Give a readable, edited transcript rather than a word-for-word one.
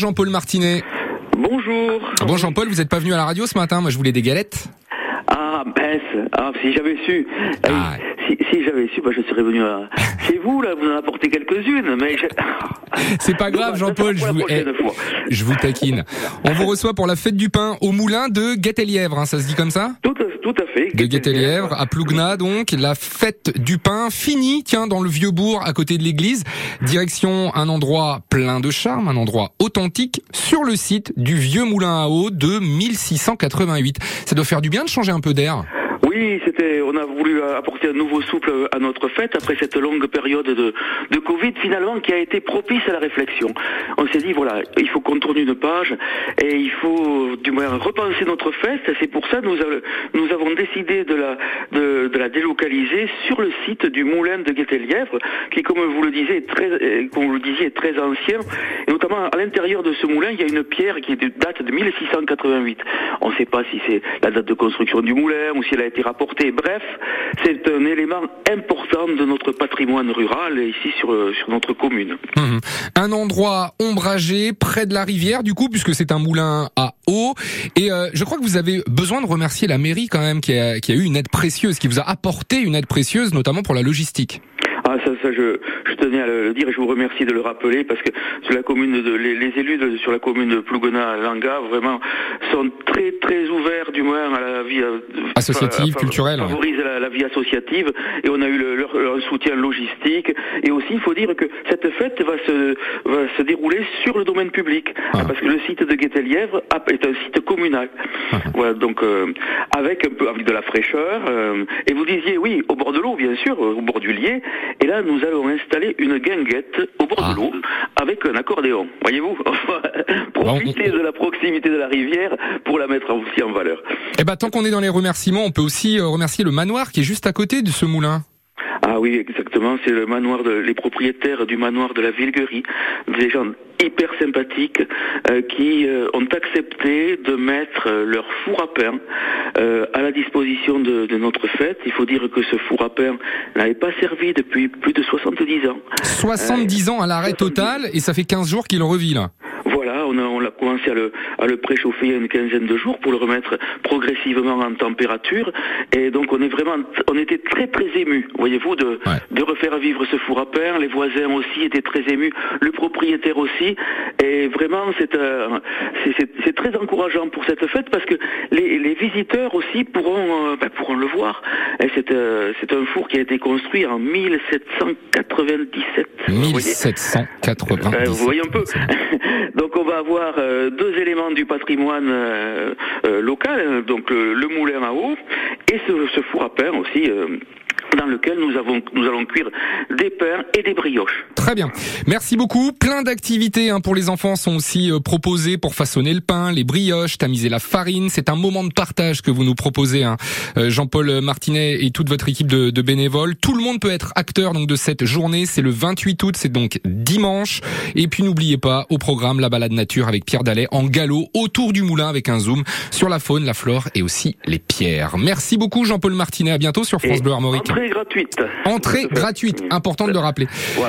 Jean-Paul Martinet. Bonjour. Bon Jean-Paul, vous n'êtes pas venu à la radio ce matin, moi je voulais des galettes. Ah, mince. Ah, si j'avais su. Ah. Si j'avais su, je serais venu chez vous, là, vous en apportez quelques-unes, mais C'est pas grave, Jean-Paul, je vous taquine. On vous reçoit pour la fête du pain au moulin de Guet-et-Lièvre, hein, ça se dit comme ça ? Tout à fait. De Guet-et-Lièvre à Plougna, donc, la fête du pain finie, tiens, dans le Vieux-Bourg, à côté de l'église. Direction un endroit plein de charme, un endroit authentique, sur le site du vieux moulin à eau de 1688. Ça doit faire du bien de changer un peu d'air. Oui, on a voulu apporter un nouveau souffle à notre fête après cette longue période de Covid, finalement, qui a été propice à la réflexion. On s'est dit, voilà, il faut qu'on tourne une page et il faut, du moins, repenser notre fête. C'est pour ça que nous avons décidé de la délocaliser sur le site du moulin de Guet-et-Lièvre, qui, comme vous le disiez, est très ancien. Et notamment, à l'intérieur de ce moulin, il y a une pierre qui date de 1688. On ne sait pas si c'est la date de construction du moulin ou si elle a été rapportée. Bref, c'est un élément important de notre patrimoine rural ici sur notre commune. Un endroit ombragé près de la rivière, du coup, puisque c'est un moulin à eau. Et je crois que vous avez besoin de remercier la mairie quand même, qui a eu une aide précieuse, qui vous a apporté une aide précieuse, notamment pour la logistique. Ah, ça, je tenais à le dire et je vous remercie de le rappeler parce que sur la commune les élus sur la commune de Plougna-Langa vraiment sont très très ouverts du moins à la vie associative, culturelle. Favorisent la vie associative et on a eu leur soutien logistique et aussi il faut dire que cette fête va se dérouler sur le domaine public parce que le site de Guet-et-Lièvre est un site communal. Voilà donc avec de la fraîcheur et vous disiez oui au bord de l'eau bien sûr au bord du Lier. Et là, nous allons installer une guinguette au bord de l'eau avec un accordéon. Voyez-vous, profiter de la proximité de la rivière pour la mettre aussi en valeur. Eh ben, tant qu'on est dans les remerciements, on peut aussi remercier le manoir qui est juste à côté de ce moulin. Ah oui, exactement. C'est le manoir les propriétaires du manoir de la Villeguerie. Des gens hyper sympathiques qui ont accepté de mettre leur four à pain à la disposition de notre fête. Il faut dire que ce four à pain n'avait pas servi depuis plus de 70 ans. 70 ans à l'arrêt total et ça fait 15 jours qu'il revit là. Voilà, on a commencé à le préchauffer il y a une quinzaine de jours pour le remettre progressivement en température. Et donc on était très très émus, voyez-vous, de refaire vivre ce four à pain. Les voisins aussi étaient très émus, le propriétaire aussi. Et vraiment, c'est très encourageant pour cette fête parce que les visiteurs aussi pourront le voir. Et c'est un four qui a été construit en 1797. 1797. Vous voyez un peu. Donc on va avoir deux éléments du patrimoine local, donc le moulin à eau et ce four à pain aussi. Dans lequel nous allons cuire des pains et des brioches. Très bien. Merci beaucoup. Plein d'activités pour les enfants sont aussi proposées pour façonner le pain, les brioches, tamiser la farine. C'est un moment de partage que vous nous proposez, Jean-Paul Martinet et toute votre équipe de bénévoles. Tout le monde peut être acteur donc de cette journée. C'est le 28 août, c'est donc dimanche. Et puis n'oubliez pas, au programme, la balade nature avec Pierre Dalet en galop autour du moulin avec un zoom sur la faune, la flore et aussi les pierres. Merci beaucoup Jean-Paul Martinet. À bientôt sur France Bleu Armorique. Entrée gratuite. Entrée gratuite, important de le rappeler.